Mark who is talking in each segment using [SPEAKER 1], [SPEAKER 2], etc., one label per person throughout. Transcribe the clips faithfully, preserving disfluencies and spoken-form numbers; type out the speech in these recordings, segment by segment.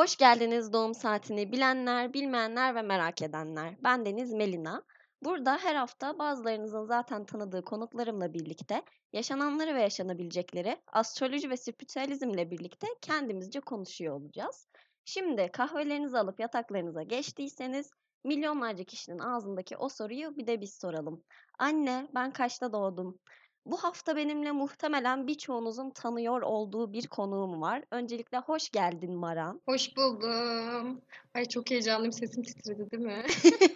[SPEAKER 1] Hoş geldiniz doğum saatini bilenler, bilmeyenler ve merak edenler. Ben Deniz Melina. Burada her hafta bazılarınızın zaten tanıdığı konuklarımla birlikte yaşananları ve yaşanabilecekleri astroloji ve spiritüalizmle birlikte kendimizce konuşuyor olacağız. Şimdi kahvelerinizi alıp yataklarınıza geçtiyseniz milyonlarca kişinin ağzındaki o soruyu bir de biz soralım. Anne, ben kaçta doğdum? Bu hafta benimle muhtemelen birçoğunuzun tanıyor olduğu bir konuğum var. Öncelikle hoş geldin Maran.
[SPEAKER 2] Hoş buldum. Ay çok heyecanlıyım. Sesim titredi değil mi?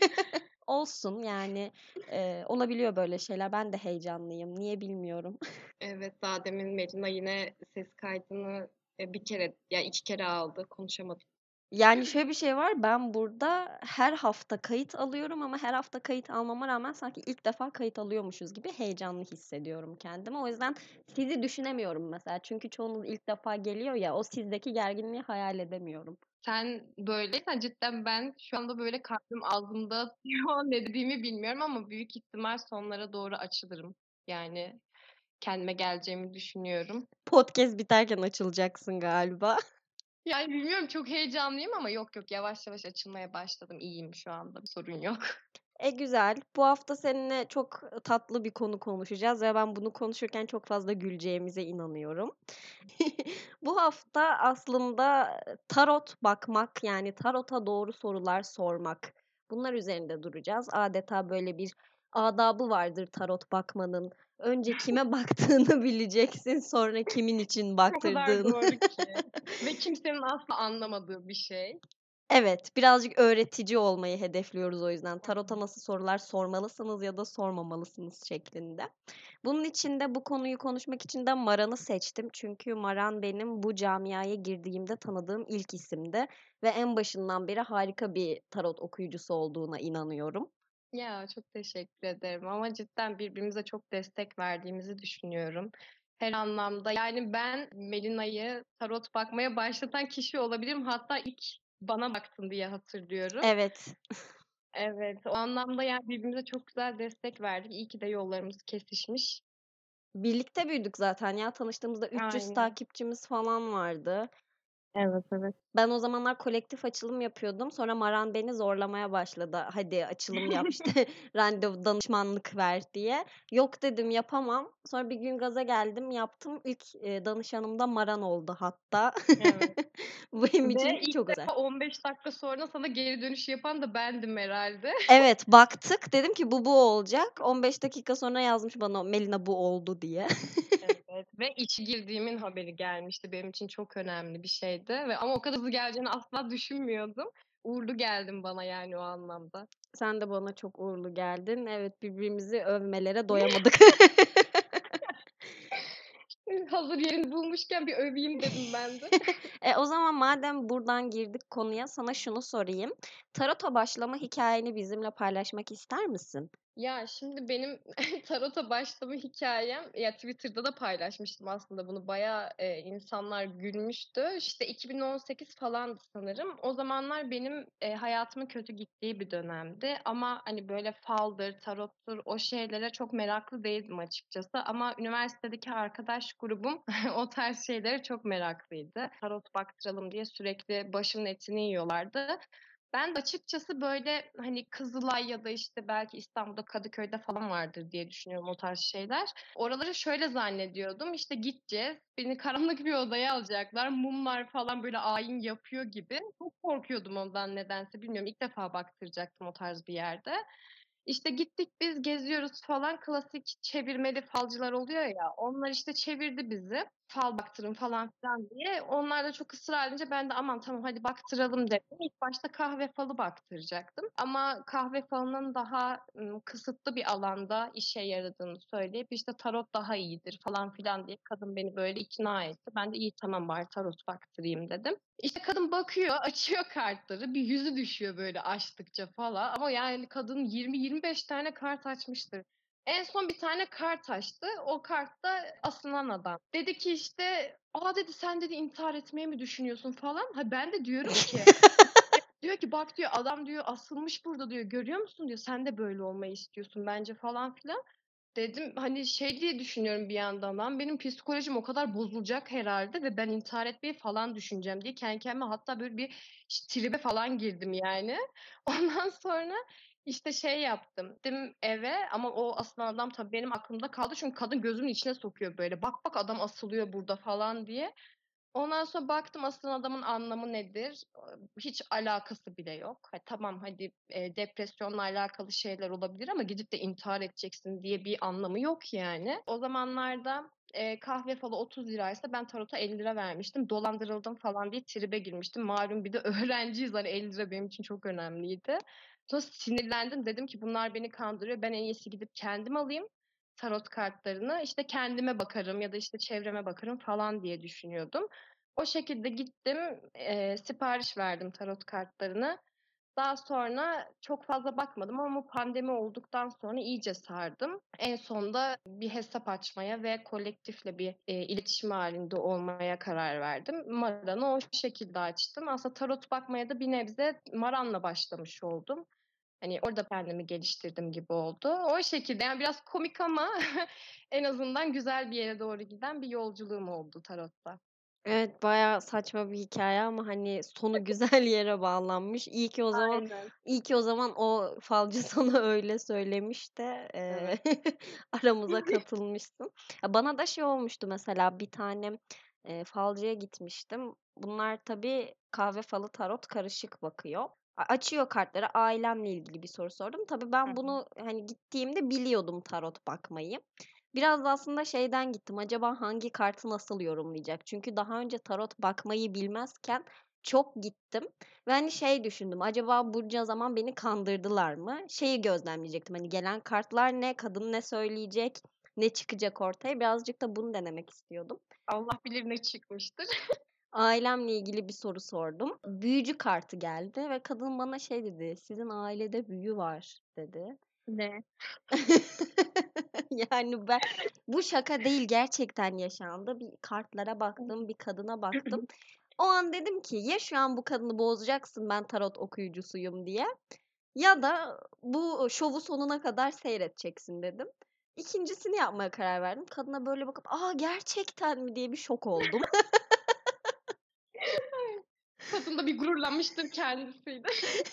[SPEAKER 1] Olsun yani e, olabiliyor böyle şeyler. Ben de heyecanlıyım. Niye bilmiyorum.
[SPEAKER 2] Evet, daha demin Melina yine ses kaydını e, bir kere, ya iki kere aldı. Konuşamadık.
[SPEAKER 1] Yani şöyle bir şey var. Ben burada her hafta kayıt alıyorum ama her hafta kayıt almama rağmen sanki ilk defa kayıt alıyormuşuz gibi heyecanlı hissediyorum kendimi. O yüzden sizi düşünemiyorum mesela. Çünkü çoğunuz ilk defa geliyor ya o sizdeki gerginliği hayal edemiyorum.
[SPEAKER 2] Sen böyleysen cidden ben şu anda böyle kalbim ağzımda şu an ne dediğimi bilmiyorum ama büyük ihtimal sonlara doğru açılırım. Yani kendime geleceğimi düşünüyorum.
[SPEAKER 1] Podcast biterken açılacaksın galiba.
[SPEAKER 2] Yani bilmiyorum, çok heyecanlıyım ama yok yok, yavaş yavaş açılmaya başladım. İyiyim şu anda. Sorun yok.
[SPEAKER 1] E güzel. Bu hafta seninle çok tatlı bir konu konuşacağız ve ben bunu konuşurken çok fazla güleceğimize inanıyorum. Bu hafta aslında tarot bakmak yani tarota doğru sorular sormak. Bunlar üzerinde duracağız. Adeta böyle bir adabı vardır tarot bakmanın. Önce kime baktığını bileceksin, sonra kimin için
[SPEAKER 2] O kadar
[SPEAKER 1] baktırdığını.
[SPEAKER 2] doğru ki. Ve kimsenin asla anlamadığı bir şey.
[SPEAKER 1] Evet, birazcık öğretici olmayı hedefliyoruz o yüzden. Tarota nasıl sorular sormalısınız ya da sormamalısınız şeklinde. Bunun için de bu konuyu konuşmak için de Maran'ı seçtim. Çünkü Maran benim bu camiaya girdiğimde tanıdığım ilk isimdi. Ve en başından beri harika bir tarot okuyucusu olduğuna inanıyorum.
[SPEAKER 2] Ya çok teşekkür ederim ama cidden birbirimize çok destek verdiğimizi düşünüyorum. Her anlamda. Yani ben Melina'yı tarot bakmaya başlatan kişi olabilirim. Hatta ilk bana baktın diye hatırlıyorum.
[SPEAKER 1] Evet,
[SPEAKER 2] Evet, o anlamda yani birbirimize çok güzel destek verdik. İyi ki de yollarımız kesişmiş.
[SPEAKER 1] birlikte büyüdük zaten ya. Tanıştığımızda üç yüz
[SPEAKER 2] Aynen.
[SPEAKER 1] takipçimiz falan vardı.
[SPEAKER 2] Evet, evet.
[SPEAKER 1] Ben o zamanlar kolektif açılım yapıyordum. Sonra Maran beni zorlamaya başladı. Hadi açılım yap işte randevu danışmanlık ver diye. Yok dedim yapamam. Sonra bir gün gaza geldim yaptım. İlk e, danışanım da Maran oldu hatta.
[SPEAKER 2] Evet.
[SPEAKER 1] Bu benim
[SPEAKER 2] Ve
[SPEAKER 1] için
[SPEAKER 2] ilk
[SPEAKER 1] çok özel.
[SPEAKER 2] defa on beş dakika sonra sana geri dönüş yapan da bendim herhalde.
[SPEAKER 1] Evet baktık dedim ki bu bu olacak. on beş dakika sonra yazmış bana Melina bu oldu diye.
[SPEAKER 2] Evet ve işe girdiğimin haberi gelmişti. Benim için çok önemli bir şeydi ve ama o kadar hızlı geleceğini asla düşünmüyordum. Uğurlu geldin bana yani o anlamda.
[SPEAKER 1] Sen de bana çok uğurlu geldin. Evet birbirimizi övmelere doyamadık.
[SPEAKER 2] Hazır yerini bulmuşken bir öveyim dedim ben de.
[SPEAKER 1] E, o zaman madem buradan girdik konuya sana şunu sorayım. Tarota başlama hikayeni bizimle paylaşmak ister misin?
[SPEAKER 2] Ya şimdi benim tarota başlama hikayem, ya Twitter'da da paylaşmıştım aslında bunu. Bayağı e, insanlar gülmüştü. İşte iki bin on sekiz falandı sanırım. O zamanlar benim e, hayatımın kötü gittiği bir dönemdi. Ama hani böyle faldır, tarottur o şeylere çok meraklı değildim açıkçası. Ama üniversitedeki arkadaş grubum o tarz şeylere çok meraklıydı. Tarot baktıralım diye sürekli başımın etini yiyorlardı. Ben de açıkçası böyle hani Kızılay ya da işte belki İstanbul'da Kadıköy'de falan vardır diye düşünüyorum o tarz şeyler. Oraları şöyle zannediyordum. İşte gideceğiz. Beni karanlık bir odaya alacaklar. Mumlar falan böyle ayin yapıyor gibi. Çok korkuyordum ondan nedense. Bilmiyorum. İlk defa baktıracaktım o tarz bir yerde. İşte gittik biz geziyoruz falan. Klasik çevirmeli falcılar oluyor ya. Onlar işte çevirdi bizi. Fal baktırın falan filan diye. Onlar da çok ısrar edince ben de aman tamam hadi baktıralım dedim. İlk başta kahve falı baktıracaktım. Ama kahve falının daha ım, kısıtlı bir alanda işe yaradığını söyleyip işte tarot daha iyidir falan filan diye kadın beni böyle ikna etti. Ben de iyi tamam bari tarot baktırayım dedim. İşte kadın bakıyor, açıyor kartları. Bir yüzü düşüyor böyle açtıkça falan. Ama yani kadın yirmi yirmi beş tane kart açmıştır. En son bir tane kart açtı. O kartta asılan adam. Dedi ki işte, aa dedi sen dedi intihar etmeyi mi düşünüyorsun falan. Ha ben de diyorum ki, diyor ki bak diyor adam diyor asılmış burada diyor. Görüyor musun diyor. Sen de böyle olmayı istiyorsun bence falan filan. Dedim hani şey diye düşünüyorum bir yandan lan benim psikolojim o kadar bozulacak herhalde ve ben intihar etmeyi falan düşüneceğim diye kendi kendime hatta böyle bir ş- tribe falan girdim yani. Ondan sonra işte şey yaptım. Gittim eve ama o asılan adam tabii benim aklımda kaldı çünkü kadın gözümün içine sokuyor böyle. Bak bak adam asılıyor burada falan diye. Ondan sonra baktım aslında adamın anlamı nedir? Hiç alakası bile yok. Ha, tamam hadi e, depresyonla alakalı şeyler olabilir ama gidip de intihar edeceksin diye bir anlamı yok yani. O zamanlarda e, kahve falı otuz liraysa ben tarota elli lira vermiştim. Dolandırıldım falan diye tribe girmiştim. Malum bir de öğrenciyiz hani elli lira benim için çok önemliydi. Sonra sinirlendim dedim ki bunlar beni kandırıyor. Ben en iyisi gidip kendim alayım tarot kartlarını. İşte kendime bakarım ya da işte çevreme bakarım falan diye düşünüyordum. O şekilde gittim, eee, sipariş verdim tarot kartlarını. Daha sonra çok fazla bakmadım ama pandemi olduktan sonra iyice sardım. En sonunda bir hesap açmaya ve kolektifle bir eee, iletişim halinde olmaya karar verdim. Maran'ı o şekilde açtım. Aslında tarot bakmaya da bir nebze Maran'la başlamış oldum. Hani orada kendimi geliştirdim gibi oldu. O şekilde yani biraz komik ama en azından güzel bir yere doğru giden bir yolculuğum oldu tarotta.
[SPEAKER 1] Evet, bayağı saçma bir hikaye ama, hani, sonu güzel yere bağlanmış. İyi ki o zaman
[SPEAKER 2] Aynen.
[SPEAKER 1] iyi ki o zaman o falcı sana öyle söylemiş de, eee,
[SPEAKER 2] Evet.
[SPEAKER 1] aramıza katılmışsın. Ya, bana da şey olmuştu mesela, bir tane, eee, falcıya gitmiştim. Bunlar tabii kahve falı, tarot karışık bakıyor. A açıyor kartları, ailemle ilgili bir soru sordum. Tabii
[SPEAKER 2] Hı
[SPEAKER 1] ben
[SPEAKER 2] hı.
[SPEAKER 1] bunu, hani, gittiğimde biliyordum tarot bakmayı. Biraz da aslında şeyden gittim. Acaba hangi kartı nasıl yorumlayacak? Çünkü daha önce tarot bakmayı bilmezken çok gittim ve hani şey düşündüm. Acaba bunca zaman beni kandırdılar mı? Şeyi gözlemleyecektim. Hani gelen kartlar ne? Kadın ne söyleyecek? Ne çıkacak ortaya? Birazcık da bunu denemek istiyordum.
[SPEAKER 2] Allah bilir ne çıkmıştır.
[SPEAKER 1] Ailemle ilgili bir soru sordum. Büyücü kartı geldi ve kadın bana şey dedi. Sizin ailede büyü var dedi.
[SPEAKER 2] Ne?
[SPEAKER 1] Yani ben bu şaka değil gerçekten yaşandı. Bir kartlara baktım, bir kadına baktım. O an dedim ki ya şu an bu kadını bozacaksın ben tarot okuyucusuyum diye ya da bu şovu sonuna kadar seyredeceksin dedim. İkincisini yapmaya karar verdim. Kadına böyle bakıp aa gerçekten mi diye bir şok oldum.
[SPEAKER 2] Kadın da bir gururlanmıştır kendisiyle.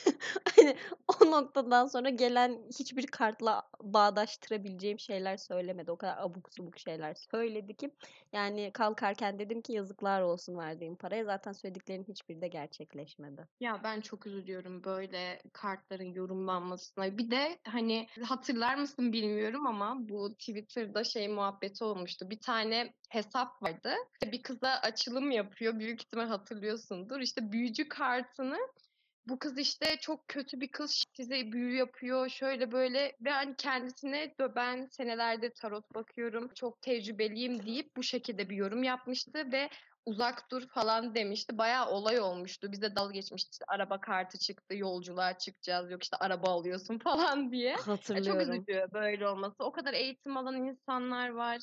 [SPEAKER 1] Hani o noktadan sonra gelen hiçbir kartla bağdaştırabileceğim şeyler söylemedi. O kadar abuk subuk şeyler söyledi ki. Yani kalkarken dedim ki yazıklar olsun verdiğim paraya. Zaten söylediklerinin hiçbiri de gerçekleşmedi.
[SPEAKER 2] Ya ben çok üzülüyorum böyle kartların yorumlanmasına. Bir de hani hatırlar mısın bilmiyorum ama bu Twitter'da şey muhabbeti olmuştu. Bir tane hesap vardı. Bir kıza açılım yapıyor. Büyük ihtimal hatırlıyorsundur. İşte büyücü kartını bu kız işte çok kötü bir kız size büyü yapıyor şöyle böyle ve hani kendisine "Dö- ben senelerdir tarot bakıyorum çok tecrübeliyim" deyip bu şekilde bir yorum yapmıştı ve uzak dur falan demişti. Bayağı olay olmuştu. Bize dalga geçmişti. İşte araba kartı çıktı, yolculuğa çıkacağız. Yok işte araba alıyorsun falan diye. Ya çok
[SPEAKER 1] Hatırlıyorum.
[SPEAKER 2] üzücü böyle olması. O kadar eğitim alan insanlar var.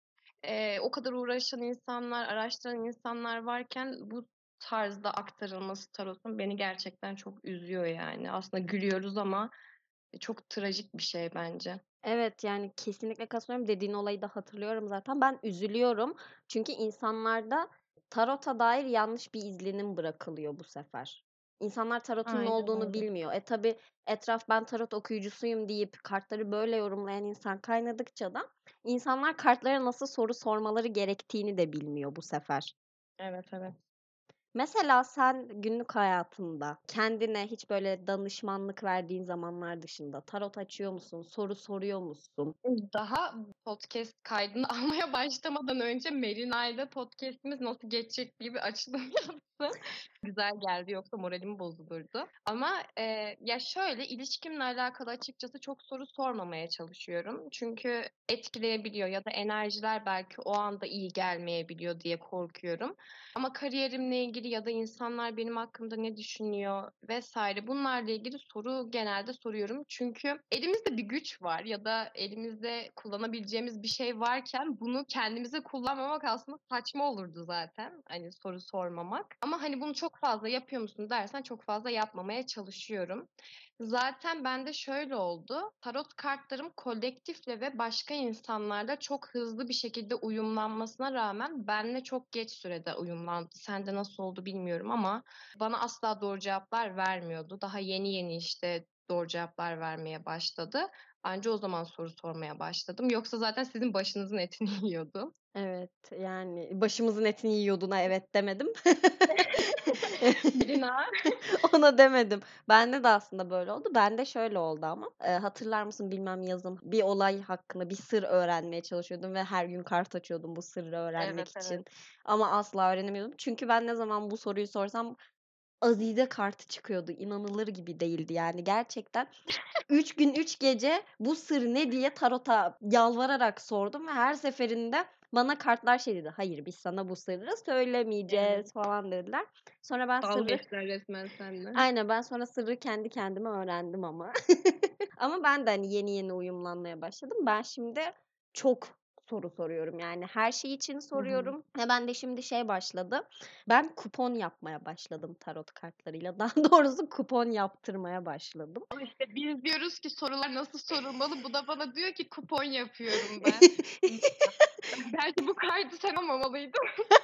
[SPEAKER 2] Eee, o kadar uğraşan insanlar, araştıran insanlar varken bu tarzda aktarılması tarotun beni gerçekten çok üzüyor yani. Aslında gülüyoruz ama çok trajik bir şey bence.
[SPEAKER 1] Evet, yani kesinlikle katılıyorum. Dediğin olayı da hatırlıyorum zaten. Ben üzülüyorum. Çünkü insanlarda tarota dair yanlış bir izlenim bırakılıyor bu sefer. İnsanlar tarotun ne
[SPEAKER 2] Aynen
[SPEAKER 1] olduğunu
[SPEAKER 2] öyle.
[SPEAKER 1] bilmiyor. E tabii etraf ben tarot okuyucusuyum deyip kartları böyle yorumlayan insan kaynadıkça da insanlar kartlara nasıl soru sormaları gerektiğini de bilmiyor bu sefer.
[SPEAKER 2] Evet, evet.
[SPEAKER 1] Mesela sen günlük hayatında kendine hiç böyle danışmanlık verdiğin zamanlar dışında tarot açıyor musun? Soru soruyor musun?
[SPEAKER 2] Daha podcast kaydını almaya başlamadan önce Melina'yla podcast'imiz nasıl geçecek diye bir açılım yaptım. Güzel geldi yoksa moralim bozulurdu. Ama e, ya şöyle ilişkimle alakalı açıkçası çok soru sormamaya çalışıyorum. Çünkü etkileyebiliyor ya da enerjiler belki o anda iyi gelmeyebiliyor diye korkuyorum. Ama kariyerimle ilgili ilgili ya da insanlar benim hakkımda ne düşünüyor vesaire bunlarla ilgili soru genelde soruyorum. Çünkü elimizde bir güç var ya da elimizde kullanabileceğimiz bir şey varken bunu kendimize kullanmamak aslında saçma olurdu zaten. Hani soru sormamak. Ama hani bunu çok fazla yapıyor musun dersen çok fazla yapmamaya çalışıyorum. Zaten bende şöyle oldu. Tarot kartlarım kolektifle ve başka insanlarla çok hızlı bir şekilde uyumlanmasına rağmen benle çok geç sürede uyumlandı. Sende nasıl oldu bilmiyorum ama bana asla doğru cevaplar vermiyordu. Daha yeni yeni işte doğru cevaplar vermeye başladı. Anca o zaman soru sormaya başladım. Yoksa zaten sizin başınızın etini yiyordum.
[SPEAKER 1] Evet, yani başımızın etini yiyorduna evet demedim.
[SPEAKER 2] Birine
[SPEAKER 1] Ona demedim. Bende de aslında böyle oldu. Bende şöyle oldu ama. Eee, hatırlar mısın bilmem yazın. Bir olay hakkında bir sır öğrenmeye çalışıyordum ve her gün kart açıyordum bu sırrı öğrenmek
[SPEAKER 2] Evet evet.
[SPEAKER 1] için. Ama asla öğrenemiyordum. Çünkü ben ne zaman bu soruyu sorsam Azize kartı çıkıyordu. İnanılır gibi değildi yani gerçekten. üç gün üç gece bu sır ne diye tarota yalvararak sordum ve her seferinde bana kartlar şey dedi. Hayır biz sana bu sırrı
[SPEAKER 2] Evet.
[SPEAKER 1] söylemeyeceğiz falan dediler. Sonra ben
[SPEAKER 2] Dalga
[SPEAKER 1] sırrı
[SPEAKER 2] geçtiler resmen seninle.
[SPEAKER 1] Aynen ben sonra sırrı kendi kendime öğrendim ama. Ama ben de hani yeni yeni uyumlanmaya başladım. Ben şimdi çok soru soruyorum. Yani her şey için
[SPEAKER 2] Hı hı.
[SPEAKER 1] soruyorum. Ve ben de şimdi şey başladı. Ben kupon yapmaya başladım tarot kartlarıyla. Daha doğrusu kupon yaptırmaya başladım.
[SPEAKER 2] Ama işte biz diyoruz ki sorular nasıl sorulmalı? Bu da bana diyor ki kupon yapıyorum ben. Belki bu kaydı sen almamalıydın.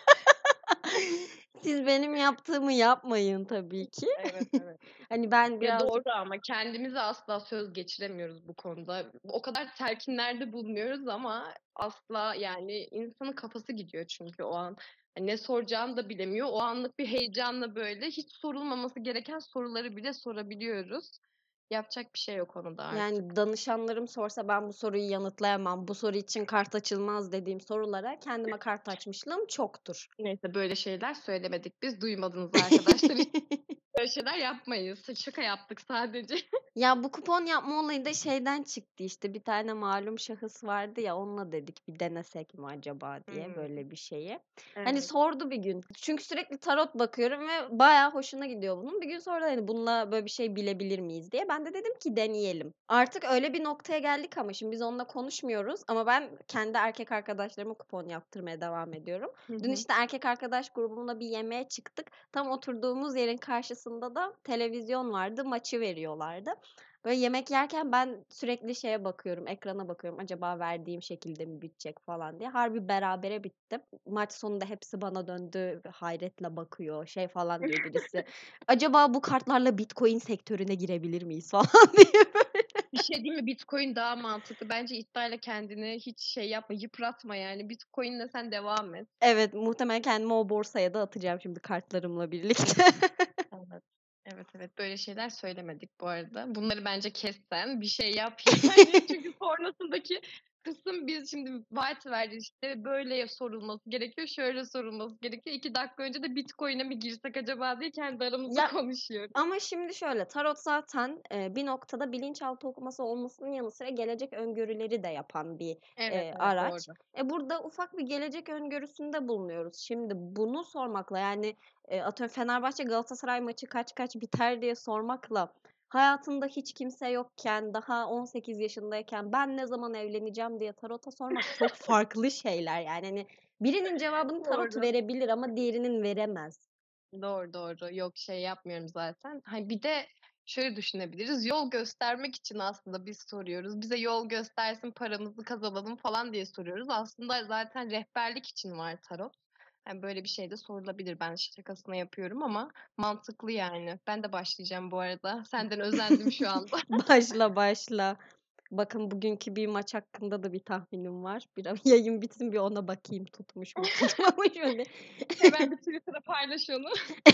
[SPEAKER 1] Siz benim yaptığımı yapmayın tabii ki.
[SPEAKER 2] Evet evet.
[SPEAKER 1] Hani ben
[SPEAKER 2] Ya doğru
[SPEAKER 1] birazcık
[SPEAKER 2] ama kendimize asla söz geçiremiyoruz bu konuda. O kadar telkinlerde bulunuyoruz ama asla yani insanın kafası gidiyor çünkü o an. Hani ne soracağını da bilemiyor. O anlık bir heyecanla böyle hiç sorulmaması gereken soruları bile sorabiliyoruz. Yapacak bir şey yok onu da
[SPEAKER 1] yani
[SPEAKER 2] artık.
[SPEAKER 1] danışanlarım sorsa ben bu soruyu yanıtlayamam. Bu soru için kart açılmaz dediğim sorulara kendime kart açmışlığım çoktur.
[SPEAKER 2] Neyse böyle şeyler söylemedik biz. Duymadınız arkadaşlar. Hiç böyle şeyler yapmayız. Şaka yaptık sadece.
[SPEAKER 1] Ya bu kupon yapma olayı da şeyden çıktı işte. Bir tane malum şahıs vardı ya onunla dedik bir denesek mi acaba diye
[SPEAKER 2] Hmm,
[SPEAKER 1] böyle bir şeyi. Hani
[SPEAKER 2] evet.
[SPEAKER 1] sordu bir gün. Çünkü sürekli tarot bakıyorum ve bayağı hoşuna gidiyor bunun. Bir gün sonra hani bununla böyle bir şey bilebilir miyiz diye. Ben de dedim ki deneyelim. Artık öyle bir noktaya geldik ama şimdi biz onunla konuşmuyoruz. Ama ben kendi erkek arkadaşlarıma kupon yaptırmaya devam ediyorum.
[SPEAKER 2] Hı
[SPEAKER 1] Dün
[SPEAKER 2] hı.
[SPEAKER 1] işte erkek arkadaş grubumla bir yemeğe çıktık. Tam oturduğumuz yerin karşısında da televizyon vardı. Maçı veriyorlardı. Böyle yemek yerken ben sürekli şeye bakıyorum, ekrana bakıyorum. Acaba verdiğim şekilde mi bitecek falan diye. Harbi berabere bitti. Maç sonunda hepsi bana döndü, hayretle bakıyor. Şey falan diyor birisi. Acaba bu kartlarla Bitcoin sektörüne girebilir miyiz falan diye.
[SPEAKER 2] Bir şey değil mi? Bitcoin daha mantıklı. Bence iddiayla kendini hiç şey yapma, yıpratma yani. Bitcoin'le sen devam et.
[SPEAKER 1] Evet, muhtemelen kendimi o borsaya da atacağım şimdi kartlarımla birlikte.
[SPEAKER 2] Evet. Evet evet böyle şeyler söylemedik bu arada. Bunları bence kessen bir şey yap yani. Çünkü sonrasındaki kısım biz şimdi vaat verdik işte böyle sorulması gerekiyor, şöyle sorulması gerekiyor. İki dakika önce de Bitcoin'e mi girsek acaba diye kendi aramızda
[SPEAKER 1] Ya
[SPEAKER 2] konuşuyoruz.
[SPEAKER 1] ama şimdi şöyle, tarot zaten, eee, bir noktada bilinçaltı okuması olmasının yanı sıra gelecek öngörüleri de yapan bir,
[SPEAKER 2] Evet
[SPEAKER 1] eee,
[SPEAKER 2] evet doğru.
[SPEAKER 1] araç. E, burada ufak bir gelecek öngörüsünde bulunuyoruz. Şimdi bunu sormakla, yani, eee, atıyorum Fenerbahçe Galatasaray maçı kaç kaç biter diye sormakla, hayatında hiç kimse yokken, daha on sekiz yaşındayken ben ne zaman evleneceğim diye tarota sormak çok farklı şeyler. Yani, hani, birinin cevabını tarot
[SPEAKER 2] Doğru.
[SPEAKER 1] verebilir ama diğerinin veremez.
[SPEAKER 2] Doğru doğru. Yok şey yapmıyorum zaten. Hani bir de şöyle düşünebiliriz. Yol göstermek için aslında biz soruyoruz. Bize yol göstersin, paramızı kazanalım falan diye soruyoruz. Aslında zaten rehberlik için var tarot. Yani böyle bir şey de sorulabilir. Ben şakasına yapıyorum ama mantıklı yani. Ben de başlayacağım bu arada. Senden özendim şu anda.
[SPEAKER 1] Başla başla. Bakın bugünkü bir maç hakkında da bir tahminim var. Bir yayın bitsin bir ona bakayım tutmuş mu tutmamış mı diye.
[SPEAKER 2] Hemen bir Twitter'a paylaş onu.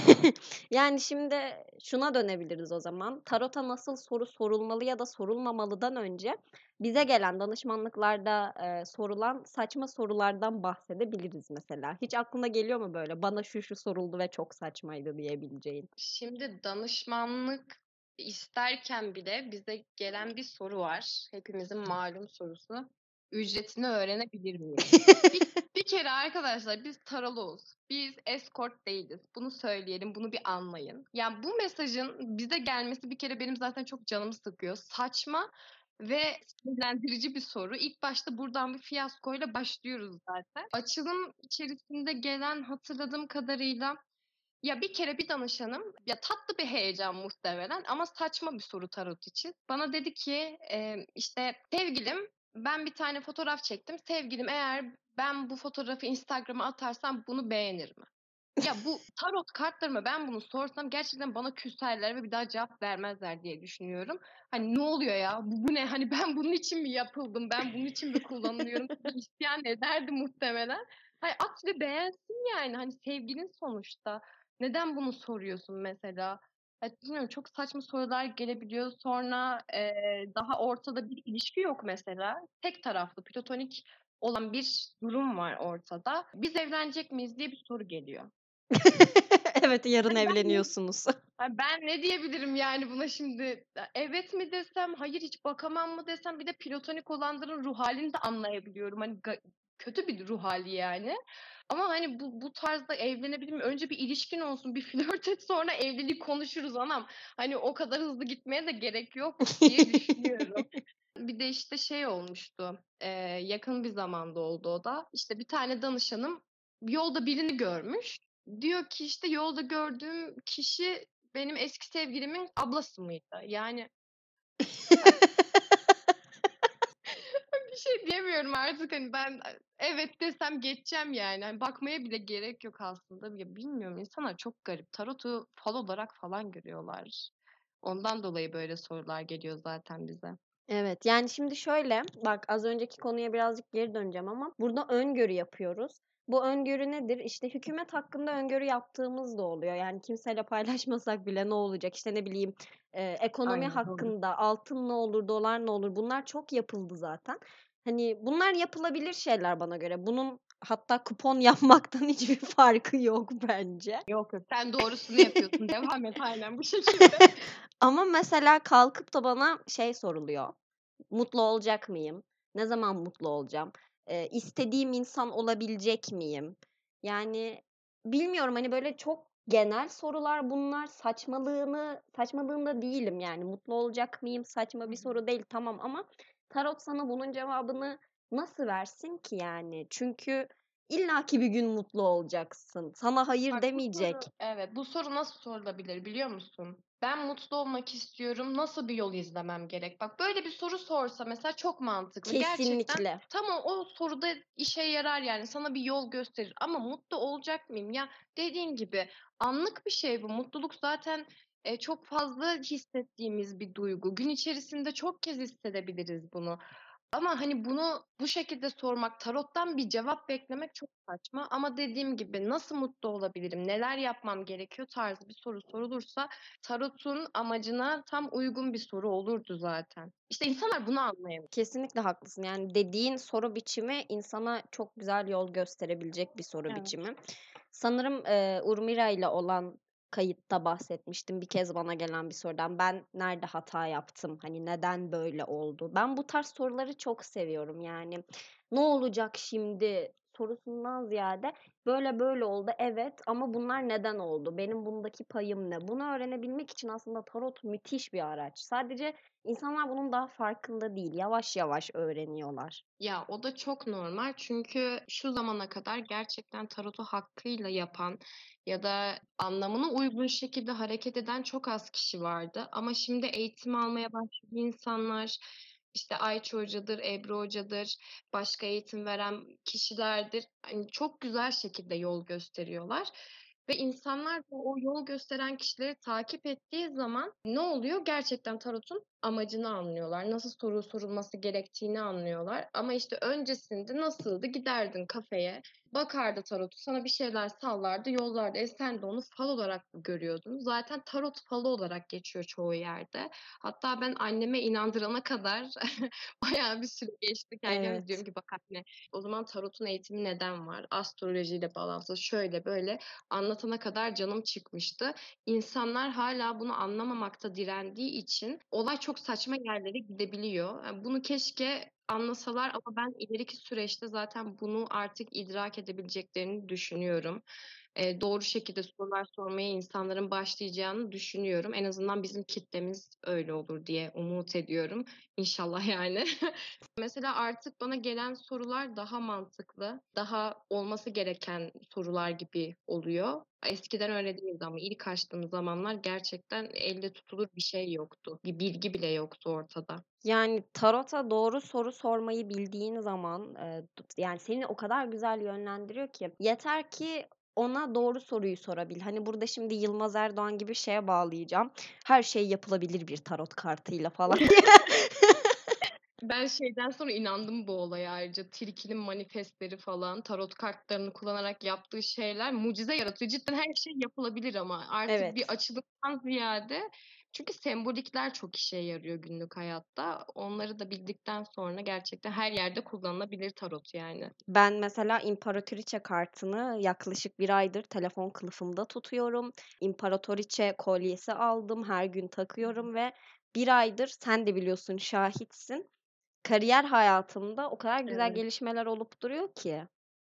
[SPEAKER 1] Yani şimdi şuna dönebiliriz o zaman. Tarota nasıl soru sorulmalı ya da sorulmamalıdan önce bize gelen danışmanlıklarda e, sorulan saçma sorulardan bahsedebiliriz mesela. Hiç aklına geliyor mu böyle bana şu şu soruldu ve çok saçmaydı diyebileceğin?
[SPEAKER 2] Şimdi danışmanlık isterken bile bize gelen bir soru var. Hepimizin malum sorusu. Ücretini öğrenebilir miyim? Bir, bir kere arkadaşlar biz taroluz. Biz escort değiliz. Bunu söyleyelim, bunu bir anlayın. Yani bu mesajın bize gelmesi bir kere benim zaten çok canımı sıkıyor. Saçma ve sinirlendirici bir soru. İlk başta buradan bir fiyaskoyla başlıyoruz zaten. Açılım içerisinde gelen hatırladığım kadarıyla ya bir kere bir danışanım, ya tatlı bir heyecan muhtemelen ama saçma bir soru tarot için. Bana dedi ki e, işte sevgilim ben bir tane fotoğraf çektim. Sevgilim eğer ben bu fotoğrafı Instagram'a atarsam bunu beğenir mi? Ya bu tarot kartlarıma ben bunu sorsam gerçekten bana küserler ve bir daha cevap vermezler diye düşünüyorum. Hani ne oluyor ya? Bu, bu ne? Hani ben bunun için mi yapıldım? Ben bunun için mi kullanılıyorum? İsyan ederdi muhtemelen. Hani at ve beğensin yani. Hani sevgilin sonuçta. Neden bunu soruyorsun mesela? Ya bilmiyorum, çok saçma sorular gelebiliyor. Sonra e, daha ortada bir ilişki yok mesela. Tek taraflı, platonik olan bir durum var ortada. Biz evlenecek miyiz diye bir soru geliyor.
[SPEAKER 1] Evet, yarın
[SPEAKER 2] Hani ben ne,
[SPEAKER 1] evleniyorsunuz.
[SPEAKER 2] ha ben ne diyebilirim yani buna şimdi? Evet mi desem, hayır hiç bakamam mı desem, bir de platonik olanların ruh halini de anlayabiliyorum. Hani ga- kötü bir ruh hali yani. Ama hani bu bu tarzda evlenebilir miyim? Önce bir ilişkin olsun, bir flört et, sonra evliliği konuşuruz anam. Hani o kadar hızlı gitmeye de gerek yok diye düşünüyorum. Bir de işte şey olmuştu. e, yakın bir zamanda oldu o da. İşte bir tane danışanım yolda birini görmüş. Diyor ki işte yolda gördüğüm kişi benim eski sevgilimin ablası mıydı? Yani bir şey diyemiyorum artık, hani ben evet desem geçeceğim yani. Hani bakmaya bile gerek yok aslında. Ya bilmiyorum, insanlar çok garip. Tarotu fal olarak falan görüyorlar. Ondan dolayı böyle sorular geliyor zaten bize.
[SPEAKER 1] Evet, yani şimdi şöyle, bak az önceki konuya birazcık geri döneceğim ama burada öngörü yapıyoruz. Bu öngörü nedir? İşte hükümet hakkında öngörü yaptığımız da oluyor. Yani kimseyle paylaşmasak bile ne olacak? İşte ne bileyim, e, ekonomi
[SPEAKER 2] Aynen doğru.
[SPEAKER 1] hakkında altın ne olur, dolar ne olur? Bunlar çok yapıldı zaten. Hani bunlar yapılabilir şeyler bana göre. Bunun hatta kupon yapmaktan hiçbir farkı yok bence.
[SPEAKER 2] Yok yok, sen doğrusunu yapıyorsun. Devam et aynen bu şekilde.
[SPEAKER 1] Ama mesela kalkıp da bana şey soruluyor. Mutlu olacak mıyım? Ne zaman mutlu olacağım? Eee, istediğim insan olabilecek miyim? Yani bilmiyorum, hani böyle çok genel sorular bunlar. Saçmalığını saçmalığında değilim yani. Mutlu olacak mıyım? Saçma
[SPEAKER 2] Hı
[SPEAKER 1] bir
[SPEAKER 2] hı.
[SPEAKER 1] soru değil, tamam, ama tarot sana bunun cevabını nasıl versin ki yani? Çünkü illaki bir gün mutlu olacaksın. Sana hayır
[SPEAKER 2] Bak bu soru,
[SPEAKER 1] demeyecek.
[SPEAKER 2] evet, bu soru nasıl sorulabilir biliyor musun? Ben mutlu olmak istiyorum. Nasıl bir yol izlemem gerek? Bak böyle bir soru sorsa mesela çok mantıklı. Gerçekten
[SPEAKER 1] Kesinlikle.
[SPEAKER 2] tamam, o soruda işe yarar yani, sana bir yol gösterir. Ama mutlu olacak mıyım? Ya dediğin gibi anlık bir şey bu. Mutluluk zaten e, çok fazla hissettiğimiz bir duygu. Gün içerisinde çok kez hissedebiliriz bunu. Ama hani bunu bu şekilde sormak, tarottan bir cevap beklemek çok saçma. Ama dediğim gibi nasıl mutlu olabilirim, neler yapmam gerekiyor tarzı bir soru sorulursa tarotun amacına tam uygun bir soru olurdu zaten. İşte insanlar bunu anlayamıyor.
[SPEAKER 1] Kesinlikle haklısın. Yani dediğin soru biçimi insana çok güzel yol gösterebilecek bir soru
[SPEAKER 2] Evet.
[SPEAKER 1] biçimi. Sanırım eee Urmira ile olan kayıtta bahsetmiştim bir kez bana gelen bir sorudan. Ben nerede hata yaptım? Hani neden böyle oldu? Ben bu tarz soruları çok seviyorum yani. Ne olacak şimdi sorusundan ziyade böyle böyle oldu, evet, ama bunlar neden oldu? Benim bundaki payım ne? Bunu öğrenebilmek için aslında tarot müthiş bir araç. Sadece İnsanlar bunun daha farkında değil. Yavaş yavaş öğreniyorlar.
[SPEAKER 2] Ya o da çok normal, çünkü şu zamana kadar gerçekten tarotu hakkıyla yapan ya da anlamına uygun şekilde hareket eden çok az kişi vardı. Ama şimdi eğitim almaya başlayan insanlar, işte Ayça Hoca'dır, Ebru Hoca'dır, başka eğitim veren kişilerdir. Hani çok güzel şekilde yol gösteriyorlar. Ve insanlar da o yol gösteren kişileri takip ettiği zaman ne oluyor? Gerçekten tarotun amacını anlıyorlar. Nasıl soru sorulması gerektiğini anlıyorlar. Ama işte öncesinde nasıldı? Giderdin kafeye, bakardı tarotu, sana bir şeyler sallardı, yollardı. E sen de onu fal olarak görüyordun. Zaten tarot falı olarak geçiyor çoğu yerde. Hatta ben anneme inandırana kadar bayağı bir süre geçti. Kendime
[SPEAKER 1] Evet.
[SPEAKER 2] diyorum ki bak anne, o zaman tarotun eğitimi neden var? Astrolojiyle bağlantılı şöyle böyle anlatana kadar canım çıkmıştı. İnsanlar hala bunu anlamamakta direndiği için olay çok saçma yerlere gidebiliyor. Yani bunu keşke anlasalar ama ben ileriki süreçte zaten bunu artık idrak edebileceklerini düşünüyorum. Eee, doğru şekilde sorular sormaya insanların başlayacağını düşünüyorum. En azından bizim kitlemiz öyle olur diye umut ediyorum. İnşallah yani. Mesela artık bana gelen sorular daha mantıklı, daha olması gereken sorular gibi oluyor. Eskiden öyle değildi ama ilk açtığım zamanlar gerçekten elle tutulur bir şey yoktu. Bir bilgi bile yoktu ortada.
[SPEAKER 1] Yani tarota doğru soru sormayı bildiğin zaman, eee, tut yani seni o kadar güzel yönlendiriyor ki yeter ki ona doğru soruyu sorabil. Hani burada şimdi Yılmaz Erdoğan gibi şeye bağlayacağım. Her şey yapılabilir bir tarot kartıyla falan.
[SPEAKER 2] Ben şeyden sonra inandım bu olaya ayrıca. Tilkinin manifestleri falan, tarot kartlarını kullanarak yaptığı şeyler mucize yaratıyor. Cidden her şey yapılabilir ama artık bir
[SPEAKER 1] Evet.
[SPEAKER 2] açılımdan ziyade çünkü sembolikler çok işe yarıyor günlük hayatta. Onları da bildikten sonra gerçekten her yerde kullanılabilir tarot yani.
[SPEAKER 1] Ben mesela İmparatoriçe kartını yaklaşık bir aydır telefon kılıfımda tutuyorum. İmparatoriçe kolyesi aldım, her gün takıyorum ve bir aydır sen de biliyorsun, şahitsin. Kariyer hayatımda o kadar güzel
[SPEAKER 2] Evet.
[SPEAKER 1] gelişmeler olup duruyor ki.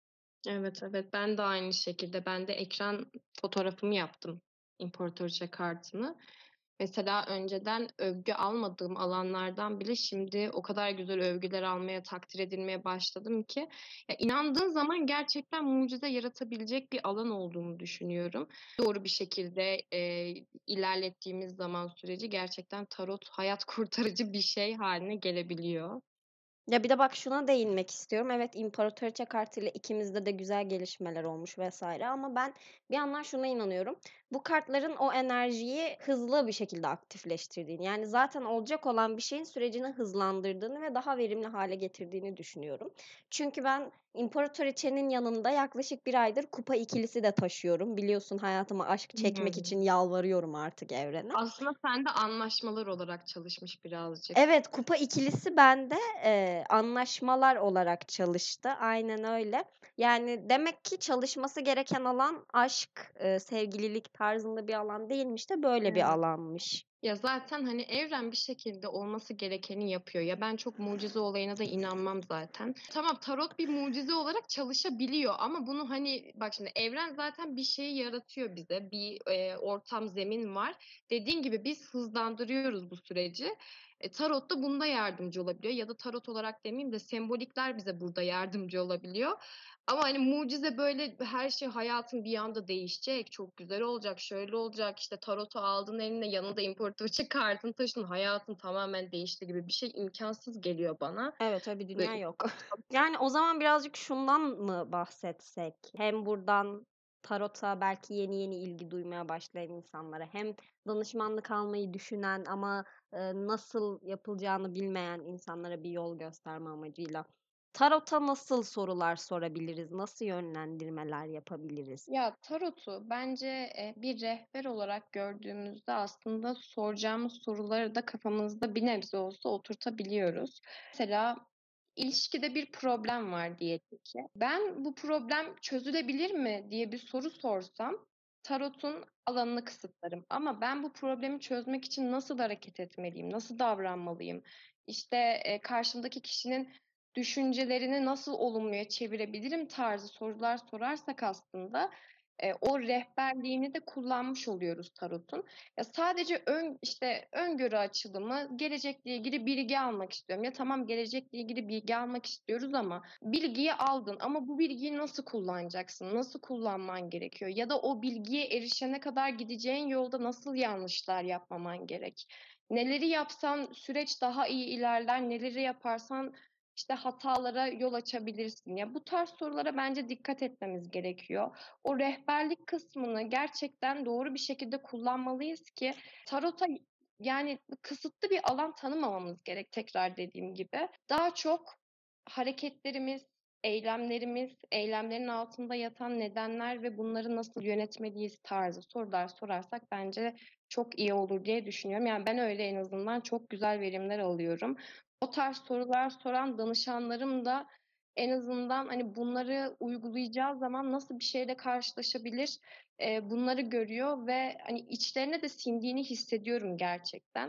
[SPEAKER 2] Evet, evet. Ben de aynı şekilde. Ben de ekran fotoğrafımı yaptım imparatoriçe kartını. Mesela önceden övgü almadığım alanlardan bile şimdi o kadar güzel övgüler almaya, takdir edilmeye başladım ki ya inandığın zaman gerçekten mucize yaratabilecek bir alan olduğunu düşünüyorum. Doğru bir şekilde e, ilerlettiğimiz zaman süreci gerçekten tarot hayat kurtarıcı bir şey haline gelebiliyor.
[SPEAKER 1] Ya bir de bak şuna değinmek istiyorum. Evet, İmparatoriçe kartıyla ikimizde de güzel gelişmeler olmuş vesaire ama ben bir yandan şuna inanıyorum. Bu kartların o enerjiyi hızlı bir şekilde aktifleştirdiğini, yani zaten olacak olan bir şeyin sürecini hızlandırdığını ve daha verimli hale getirdiğini düşünüyorum. Çünkü ben İmparatoriçe'nin yanında yaklaşık bir aydır kupa ikilisi de taşıyorum. Biliyorsun, hayatıma aşk çekmek için
[SPEAKER 2] Hmm.
[SPEAKER 1] yalvarıyorum artık evrene.
[SPEAKER 2] Aslında sen de anlaşmalar olarak çalışmış birazcık.
[SPEAKER 1] Evet, kupa ikilisi bende, eee, anlaşmalar olarak çalıştı. Aynen öyle. Yani demek ki çalışması gereken alan aşk, eee, sevgililik tarzında bir alan değilmiş de böyle bir
[SPEAKER 2] Evet.
[SPEAKER 1] alanmış.
[SPEAKER 2] Ya zaten hani evren bir şekilde olması gerekeni yapıyor. Ya ben çok mucize olayına da inanmam zaten. Tamam tarot bir mucize olarak çalışabiliyor ama bunu hani bak şimdi evren zaten bir şeyi yaratıyor bize. Bir e, ortam, zemin var. Dediğin gibi biz hızlandırıyoruz bu süreci. E, tarot da bunda yardımcı olabiliyor ya da tarot olarak demeyeyim de sembolikler bize burada yardımcı olabiliyor. Ama hani mucize böyle her şey hayatın bir anda değişecek, çok güzel olacak, şöyle olacak, işte tarotu aldın eline yanında imparatoriçe kartını taşıdın, hayatın tamamen değişti gibi bir şey imkansız geliyor bana.
[SPEAKER 1] Evet, öyle bir
[SPEAKER 2] Böyle
[SPEAKER 1] dünya yok. Yani o zaman birazcık şundan mı bahsetsek? Hem buradan tarota belki yeni yeni ilgi duymaya başlayan insanlara, hem danışmanlık almayı düşünen ama e, nasıl yapılacağını bilmeyen insanlara bir yol gösterme amacıyla. Tarota nasıl sorular sorabiliriz? Nasıl yönlendirmeler yapabiliriz?
[SPEAKER 2] Ya tarotu bence e, bir rehber olarak gördüğümüzde aslında soracağımız soruları da kafamızda bir nebze olsa oturtabiliyoruz. Mesela ilişkide bir problem var diyelim ki. Ben bu problem çözülebilir mi diye bir soru sorsam tarotun alanını kısıtlarım. Ama ben bu problemi çözmek için nasıl hareket etmeliyim, nasıl davranmalıyım? İşte e, karşımdaki kişinin düşüncelerini nasıl olumluya çevirebilirim tarzı sorular sorarsak aslında e, o rehberliğini de kullanmış oluyoruz tarotun. Ya sadece ön işte öngörü açılımı, gelecekle ilgili bilgi almak istiyorum. Ya tamam gelecekle ilgili bilgi almak istiyoruz ama bilgiyi aldın ama bu bilgiyi nasıl kullanacaksın? Nasıl kullanman gerekiyor? Ya da o bilgiye erişene kadar gideceğin yolda nasıl yanlışlar yapmaman gerek? Neleri yapsan süreç daha iyi ilerler, neleri yaparsan işte hatalara yol açabilirsin. Ya bu tarz sorulara bence dikkat etmemiz gerekiyor. O rehberlik kısmını gerçekten doğru bir şekilde kullanmalıyız ki tarota yani kısıtlı bir alan tanımamamız gerek tekrar dediğim gibi. Daha çok hareketlerimiz, eylemlerimiz, eylemlerin altında yatan nedenler ve bunları nasıl yönetmeliyiz tarzı sorular sorarsak bence çok iyi olur diye düşünüyorum. Yani ben öyle en azından çok güzel verimler alıyorum. O tarz sorular soran danışanlarım da en azından hani bunları uygulayacağı zaman nasıl bir şeyle karşılaşabilir, eee, bunları görüyor ve hani içlerine de sindiğini hissediyorum gerçekten.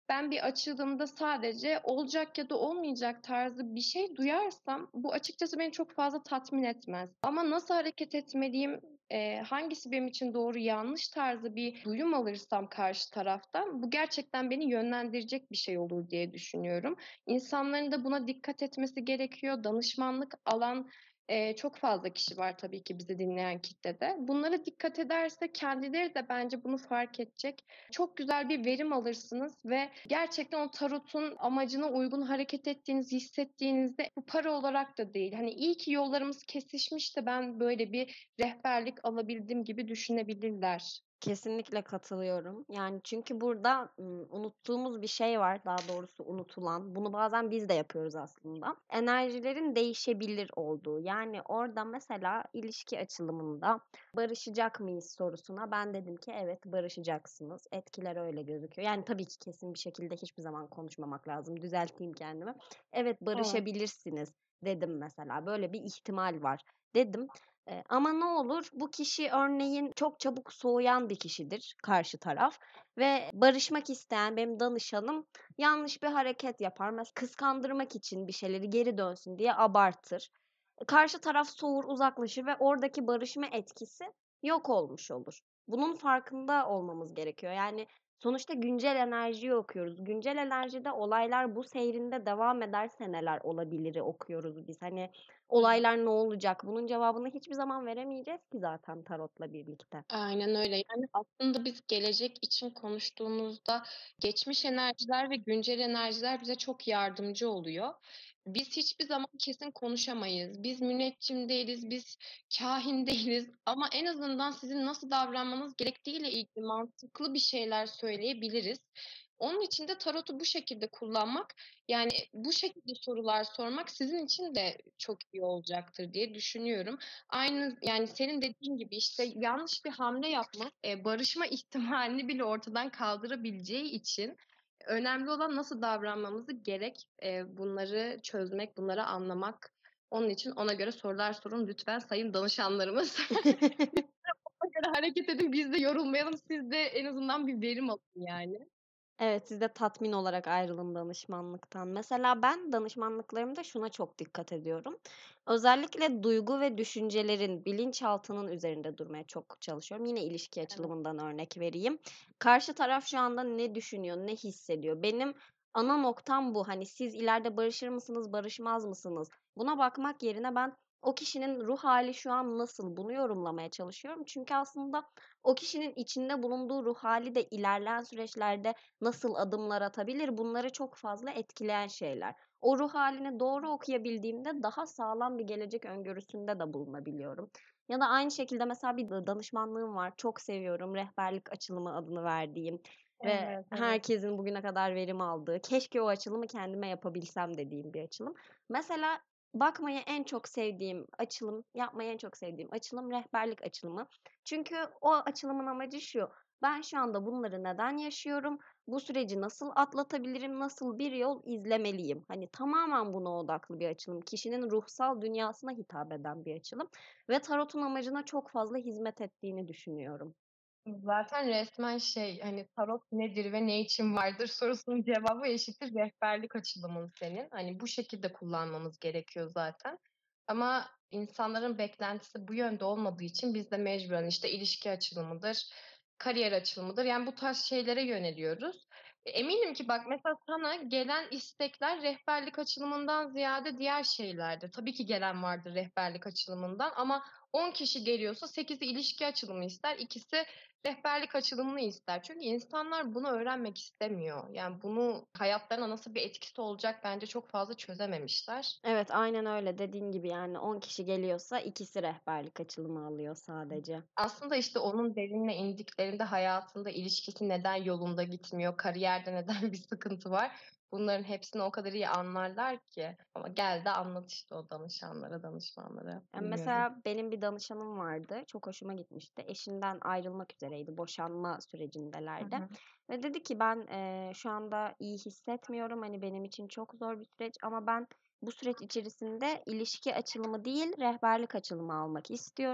[SPEAKER 2] Ben bir açıldığımda sadece olacak ya da olmayacak tarzı bir şey duyarsam bu açıkçası beni çok fazla tatmin etmez. Ama nasıl hareket etmeliyim, eee, hangisi benim için doğru yanlış tarzı bir duyum alırsam karşı taraftan bu gerçekten beni yönlendirecek bir şey olur diye düşünüyorum. İnsanların da buna dikkat etmesi gerekiyor. Danışmanlık alan Eee, çok fazla kişi var tabii ki bizi dinleyen kitlede. Bunlara dikkat ederse kendileri de bence bunu fark edecek. Çok güzel bir verim alırsınız ve gerçekten o tarotun amacına uygun hareket ettiğinizi hissettiğinizde bu para olarak da değil. Hani iyi ki yollarımız kesişmiş de ben böyle bir rehberlik alabildim gibi düşünebilirler.
[SPEAKER 1] Kesinlikle katılıyorum. Yani çünkü burada ım, unuttuğumuz bir şey var, daha doğrusu unutulan. Bunu bazen biz de yapıyoruz aslında. Enerjilerin değişebilir olduğu. Yani orada mesela ilişki açılımında barışacak mıyız sorusuna ben dedim ki evet barışacaksınız. Etkiler öyle gözüküyor. Yani tabii ki kesin bir şekilde hiçbir zaman konuşmamak lazım. Düzelteyim kendimi. Evet
[SPEAKER 2] Evet.
[SPEAKER 1] barışabilirsiniz dedim mesela. Böyle bir ihtimal var dedim. Eee, ama ne olur bu kişi örneğin çok çabuk soğuyan bir kişidir karşı taraf ve barışmak isteyen benim danışanım yanlış bir hareket yapar. Mesela kıskandırmak için bir şeyleri geri dönsün diye abartır. Karşı taraf soğur, uzaklaşır ve oradaki barışma etkisi yok olmuş olur. Bunun farkında olmamız gerekiyor. Yani sonuçta güncel enerjiyi okuyoruz. Güncel enerjide olaylar bu seyrinde devam ederse neler olabiliri okuyoruz biz. Hani
[SPEAKER 2] Evet.
[SPEAKER 1] olaylar ne olacak? Bunun cevabını hiçbir zaman veremeyeceğiz ki zaten tarotla birlikte.
[SPEAKER 2] Aynen öyle. Yani, aslında biz gelecek için konuştuğumuzda geçmiş enerjiler ve güncel enerjiler bize çok yardımcı oluyor. Biz hiçbir zaman kesin konuşamayız. Biz müneccim değiliz, biz kâhin değiliz ama en azından sizin nasıl davranmanız gerektiğiyle ilgili mantıklı bir şeyler söyleyebiliriz. Onun için de tarotu bu şekilde kullanmak, yani, bu şekilde sorular sormak sizin için de çok iyi olacaktır diye düşünüyorum. Aynı, yani, senin dediğin gibi, işte, yanlış bir hamle yapmak, eee, barışma ihtimalini bile ortadan kaldırabileceği için önemli olan nasıl davranmamızı gerek, eee, bunları çözmek, bunları anlamak. Onun için ona göre sorular sorun lütfen sayın danışanlarımız. Ona göre hareket edin, biz de yorulmayalım, siz de en azından bir verim alın yani.
[SPEAKER 1] Evet, siz de tatmin olarak ayrılın danışmanlıktan. Mesela ben danışmanlıklarımda şuna çok dikkat ediyorum. Özellikle duygu ve düşüncelerin, bilinçaltının üzerinde durmaya çok çalışıyorum. Yine ilişki
[SPEAKER 2] Evet.
[SPEAKER 1] açılımından örnek vereyim. Karşı taraf şu anda ne düşünüyor, ne hissediyor? Benim ana noktam bu. Hani siz ileride barışır mısınız, barışmaz mısınız? Buna bakmak yerine ben o kişinin ruh hali şu an nasıl bunu yorumlamaya çalışıyorum. Çünkü aslında o kişinin içinde bulunduğu ruh hali de ilerleyen süreçlerde nasıl adımlar atabilir? Bunları çok fazla etkileyen şeyler. O ruh halini doğru okuyabildiğimde daha sağlam bir gelecek öngörüsünde de bulunabiliyorum. Ya da aynı şekilde mesela bir danışmanlığım var. Çok seviyorum. Rehberlik açılımı adını verdiğim ve
[SPEAKER 2] Evet, evet.
[SPEAKER 1] herkesin bugüne kadar verim aldığı, keşke o açılımı kendime yapabilsem dediğim bir açılım. Mesela bakmayı en çok sevdiğim açılım, yapmayı en çok sevdiğim açılım rehberlik açılımı. Çünkü o açılımın amacı şu. Ben şu anda bunları neden yaşıyorum? Bu süreci nasıl atlatabilirim? Nasıl bir yol izlemeliyim? Hani tamamen buna odaklı bir açılım. Kişinin ruhsal dünyasına hitap eden bir açılım ve tarotun amacına çok fazla hizmet ettiğini düşünüyorum.
[SPEAKER 2] Zaten resmen şey, hani, tarot nedir ve ne için vardır sorusunun cevabı eşittir rehberlik açılımın senin. Hani, bu şekilde kullanmamız gerekiyor zaten. Ama insanların beklentisi bu yönde olmadığı için biz de mecburen, işte, ilişki açılımıdır, kariyer açılımıdır, yani, bu tarz şeylere yöneliyoruz. E, eminim ki bak mesela sana gelen istekler rehberlik açılımından ziyade diğer şeylerdir. Tabii ki gelen vardır rehberlik açılımından ama on kişi geliyorsa sekizi ilişki açılımı ister, ikisi rehberlik açılımını ister. Çünkü insanlar bunu öğrenmek istemiyor. Yani bunu hayatlarına nasıl bir etkisi olacak bence çok fazla çözememişler.
[SPEAKER 1] Evet, aynen öyle. Dediğin gibi yani on kişi geliyorsa ikisi rehberlik açılımı alıyor sadece.
[SPEAKER 2] Aslında işte onun derinine indiklerinde hayatında ilişkisi neden yolunda gitmiyor, kariyerde neden bir sıkıntı var. Bunların hepsini o kadar iyi anlarlar ki. Ama gel de anlat işte o danışanlara, danışmanlara.
[SPEAKER 1] Yani
[SPEAKER 2] Bilmiyorum.
[SPEAKER 1] mesela benim bir danışanım vardı. Çok hoşuma gitmişti. Eşinden ayrılmak üzereydi. Boşanma
[SPEAKER 2] Hı
[SPEAKER 1] sürecindelerdi.
[SPEAKER 2] hı.
[SPEAKER 1] Ve dedi ki ben eee, şu anda iyi hissetmiyorum. Hani benim için çok zor bir süreç ama ben bu süreç içerisinde ilişki açılımı değil, rehberlik açılımı almak istiyorum.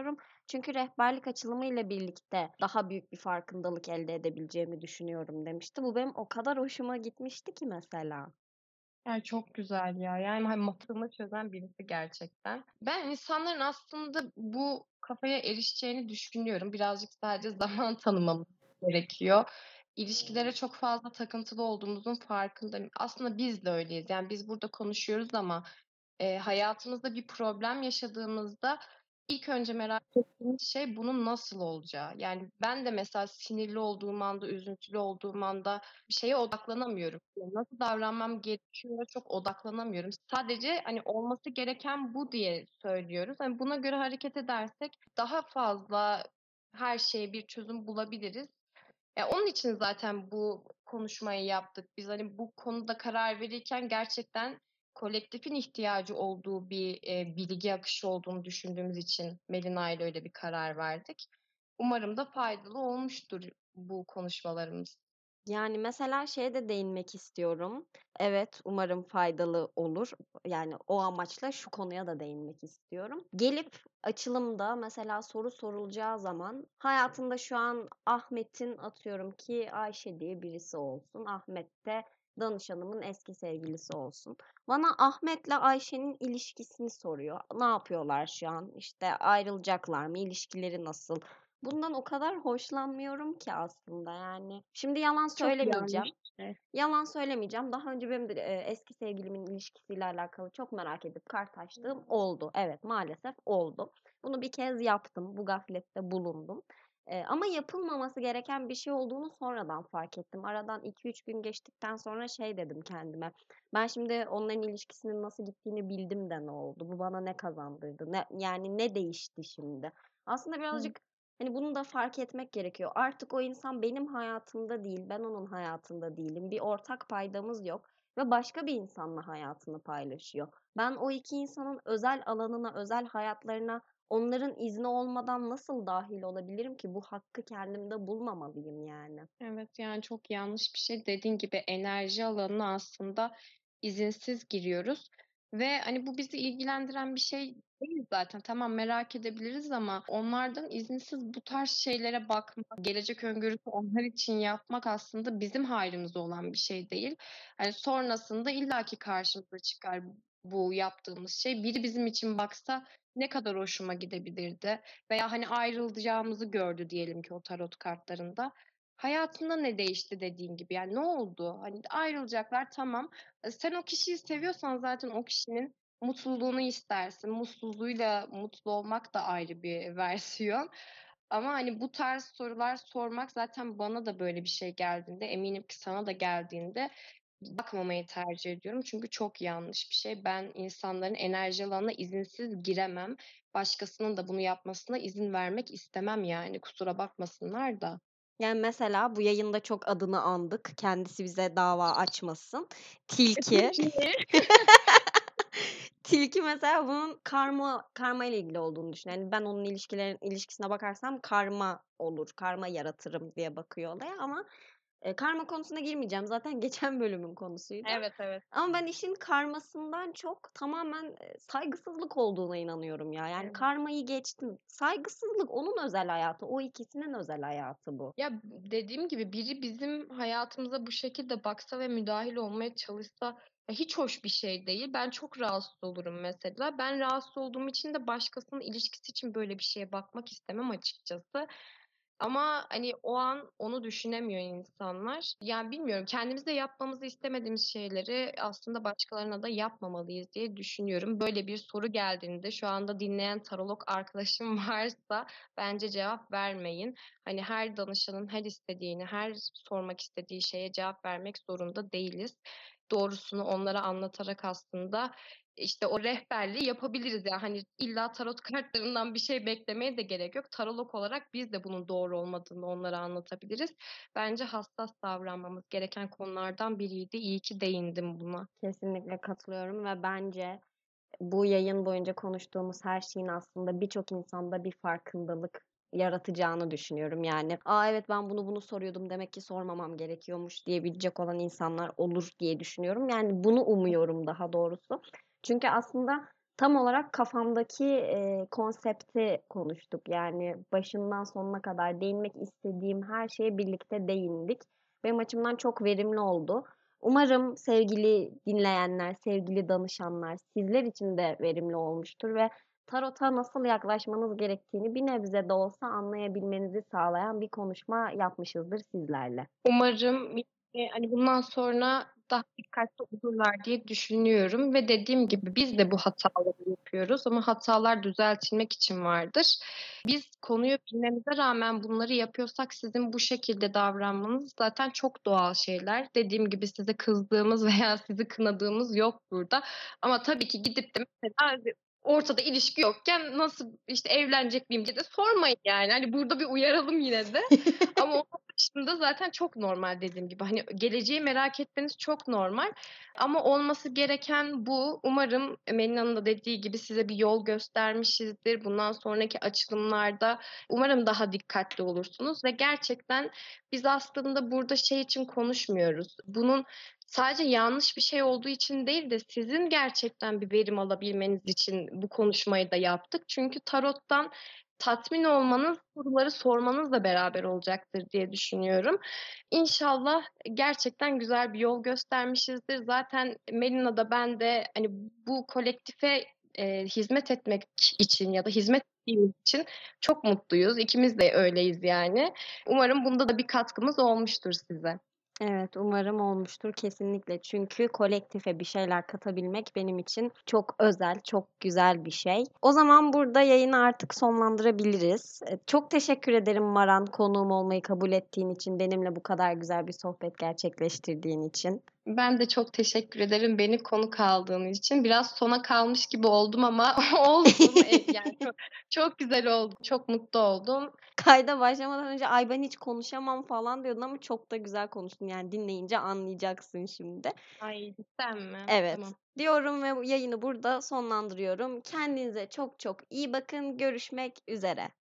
[SPEAKER 1] Çünkü rehberlik açılımıyla birlikte daha büyük bir farkındalık elde edebileceğimi düşünüyorum demişti. Bu benim o kadar hoşuma gitmişti ki mesela.
[SPEAKER 2] Yani çok güzel ya. Yani hani mantığını çözen birisi gerçekten. Ben insanların aslında bu kafaya erişeceğini düşünüyorum. Birazcık sadece zaman tanımamız gerekiyor. İlişkilere çok fazla takıntılı olduğumuzun farkındayım. Aslında biz de öyleyiz. Yani biz burada konuşuyoruz ama e, hayatımızda bir problem yaşadığımızda ilk önce merak ettiğimiz şey bunun nasıl olacağı. Yani ben de mesela sinirli olduğum anda, üzüntülü olduğum anda bir şeye odaklanamıyorum. Yani nasıl davranmam gerekiyor çok odaklanamıyorum. Sadece hani olması gereken bu diye söylüyoruz. Hani buna göre hareket edersek daha fazla her şeye bir çözüm bulabiliriz. Ya onun için zaten bu konuşmayı yaptık. Biz hani bu konuda karar verirken gerçekten kolektifin ihtiyacı olduğu bir e, bilgi akışı olduğunu düşündüğümüz için Melina ile öyle bir karar verdik. Umarım da faydalı olmuştur bu konuşmalarımız.
[SPEAKER 1] Yani mesela şeye de değinmek istiyorum. Evet, umarım faydalı olur. Yani o amaçla şu konuya da değinmek istiyorum. Gelip açılımda mesela soru sorulacağı zaman hayatında şu an Ahmet'in atıyorum ki Ayşe diye birisi olsun. Ahmet de danışanımın eski sevgilisi olsun. Bana Ahmet'le Ayşe'nin ilişkisini soruyor. Ne yapıyorlar şu an? İşte ayrılacaklar mı? İlişkileri nasıl? Bundan o kadar hoşlanmıyorum ki aslında yani. Şimdi yalan
[SPEAKER 2] Çok yanlış
[SPEAKER 1] söylemeyeceğim.
[SPEAKER 2] bir şey.
[SPEAKER 1] Yalan söylemeyeceğim. Daha önce benim de e, eski sevgilimin ilişkisiyle alakalı çok merak edip kart açtığım oldu. Evet, maalesef oldu. Bunu bir kez yaptım. Bu gaflette bulundum. E, ama yapılmaması gereken bir şey olduğunu sonradan fark ettim. Aradan iki üç gün geçtikten sonra şey dedim kendime. Ben şimdi onların ilişkisinin nasıl gittiğini bildim de ne oldu? Bu bana ne kazandırdı? Ne, yani ne değişti şimdi? Aslında
[SPEAKER 2] Hı.
[SPEAKER 1] birazcık hani bunu da fark etmek gerekiyor. Artık o insan benim hayatımda değil, ben onun hayatında değilim. Bir ortak paydamız yok ve başka bir insanla hayatını paylaşıyor. Ben o iki insanın özel alanına, özel hayatlarına onların izni olmadan nasıl dahil olabilirim ki? Bu hakkı kendimde bulmamalıyım yani.
[SPEAKER 2] Evet, yani çok yanlış bir şey. Dediğin gibi enerji alanına aslında izinsiz giriyoruz ve hani bu bizi ilgilendiren bir şey değil zaten. Tamam merak edebiliriz ama onlardan izinsiz bu tarz şeylere bakmak, gelecek öngörüsü onlar için yapmak aslında bizim hayrımıza olan bir şey değil. Hani sonrasında illaki karşımıza çıkar bu yaptığımız şey. Biri bizim için baksa ne kadar hoşuma gidebilirdi veya hani ayrılacağımızı gördü diyelim ki o tarot kartlarında. Hayatında ne değişti dediğin gibi? Yani ne oldu? Hani ayrılacaklar tamam. E, Sen o kişiyi seviyorsan zaten o kişinin mutluluğunu istersin. Mutsuzluğuyla mutlu olmak da ayrı bir versiyon. Ama hani bu tarz sorular sormak zaten bana da böyle bir şey geldiğinde, eminim ki sana da geldiğinde bakmamayı tercih ediyorum. Çünkü çok yanlış bir şey. Ben insanların enerji alanına izinsiz giremem. Başkasının da bunu yapmasına izin vermek istemem yani. Kusura bakmasınlar da.
[SPEAKER 1] Yani mesela bu yayında çok adını andık. Kendisi bize dava açmasın. Tilki.
[SPEAKER 2] Peki.
[SPEAKER 1] Tilki mesela bunun karma karma ile ilgili olduğunu düşünüyor. Yani ben onun ilişkilerin ilişkisine bakarsam karma olur, karma yaratırım diye bakıyor olaya ama e, karma konusuna girmeyeceğim. Zaten geçen bölümün konusuydu.
[SPEAKER 2] Evet, evet.
[SPEAKER 1] Ama ben işin karmasından çok tamamen e, saygısızlık olduğuna inanıyorum ya. Yani
[SPEAKER 2] Evet.
[SPEAKER 1] karmayı geçtim. Saygısızlık onun özel hayatı, o ikisinin özel hayatı bu.
[SPEAKER 2] Ya dediğim gibi biri bizim hayatımıza bu şekilde baksa ve müdahil olmaya çalışsa ya hiç hoş bir şey değil. Ben çok rahatsız olurum mesela. Ben rahatsız olduğum için de başkasının ilişkisi için böyle bir şeye bakmak istemem açıkçası. Ama hani o an onu düşünemiyor insanlar. Yani bilmiyorum kendimize yapmamızı istemediğimiz şeyleri aslında başkalarına da yapmamalıyız diye düşünüyorum. Böyle bir soru geldiğinde şu anda dinleyen tarolog arkadaşım varsa bence cevap vermeyin. Hani her danışanın her istediğini, her sormak istediği şeye cevap vermek zorunda değiliz. Doğrusunu onlara anlatarak aslında işte o rehberliği yapabiliriz ya. Hani illa tarot kartlarından bir şey beklemeye de gerek yok. Tarolog olarak biz de bunun doğru olmadığını onlara anlatabiliriz. Bence hassas davranmamız gereken konulardan biriydi. İyi ki değindim buna.
[SPEAKER 1] Kesinlikle katılıyorum ve bence bu yayın boyunca konuştuğumuz her şeyin aslında birçok insanda bir farkındalık yaratacağını düşünüyorum. Yani, "A, evet ben bunu bunu soruyordum. Demek ki sormamam gerekiyormuş." diyebilecek olan insanlar olur diye düşünüyorum. Yani bunu umuyorum daha doğrusu. Çünkü aslında Tam olarak kafamdaki, eee, konsepti konuştuk. Yani başından sonuna kadar değinmek istediğim her şeye birlikte değindik. Benim açımdan çok verimli oldu. Umarım sevgili dinleyenler, sevgili danışanlar, sizler için de verimli olmuştur ve tarota nasıl yaklaşmanız gerektiğini bir nebze de olsa anlayabilmenizi sağlayan bir konuşma yapmışızdır sizlerle.
[SPEAKER 2] Umarım, eee, hani, bundan sonra daha dikkatli olurlar diye düşünüyorum ve dediğim gibi biz de bu hataları yapıyoruz ama hatalar düzeltilmek için vardır. Biz konuyu bilmemize rağmen bunları yapıyorsak sizin bu şekilde davranmanız zaten çok doğal şeyler. Dediğim gibi size kızdığımız veya sizi kınadığımız yok burada ama tabii ki gidip de mesela ortada ilişki yokken nasıl, işte, evlenecek miyim diye de sormayın yani. Hani, burada bir uyaralım yine de ama onun dışında zaten çok normal dediğim gibi. Hani, geleceği merak etmeniz çok normal ama olması gereken bu. Umarım Melina'nın da dediği gibi size bir yol göstermişizdir. Bundan sonraki açılımlarda umarım daha dikkatli olursunuz ve gerçekten biz aslında burada şey için konuşmuyoruz. Bunun sadece yanlış bir şey olduğu için değil de sizin gerçekten bir verim alabilmeniz için bu konuşmayı da yaptık. Çünkü tarottan tatmin olmanız, soruları sormanızla beraber olacaktır diye düşünüyorum. İnşallah gerçekten güzel bir yol göstermişizdir. Zaten Melina da ben de, hani, bu kolektife, eee, hizmet etmek için ya da hizmet ettiğimiz için çok mutluyuz. İkimiz de öyleyiz yani. Umarım bunda da bir katkımız olmuştur size.
[SPEAKER 1] Evet, umarım olmuştur kesinlikle. Çünkü kolektife bir şeyler katabilmek benim için çok özel, çok güzel bir şey. O zaman burada yayını artık sonlandırabiliriz. Eee, çok teşekkür ederim Maran, konuğum olmayı kabul ettiğin için, benimle bu kadar güzel bir sohbet gerçekleştirdiğin için.
[SPEAKER 2] Ben de çok teşekkür ederim beni konuk aldığın için. Biraz sona kalmış gibi oldum ama olsun. Eee, yani çok çok güzel oldu. Çok mutlu oldum.
[SPEAKER 1] Kayda başlamadan önce "Ay, ben hiç konuşamam." falan diyordun ama çok da güzel konuştun. Yani dinleyince anlayacaksın şimdi.
[SPEAKER 2] Ay, cidden mi?
[SPEAKER 1] Evet,
[SPEAKER 2] Tamam.
[SPEAKER 1] diyorum ve bu yayını burada sonlandırıyorum. Kendinize çok çok iyi bakın. Görüşmek üzere.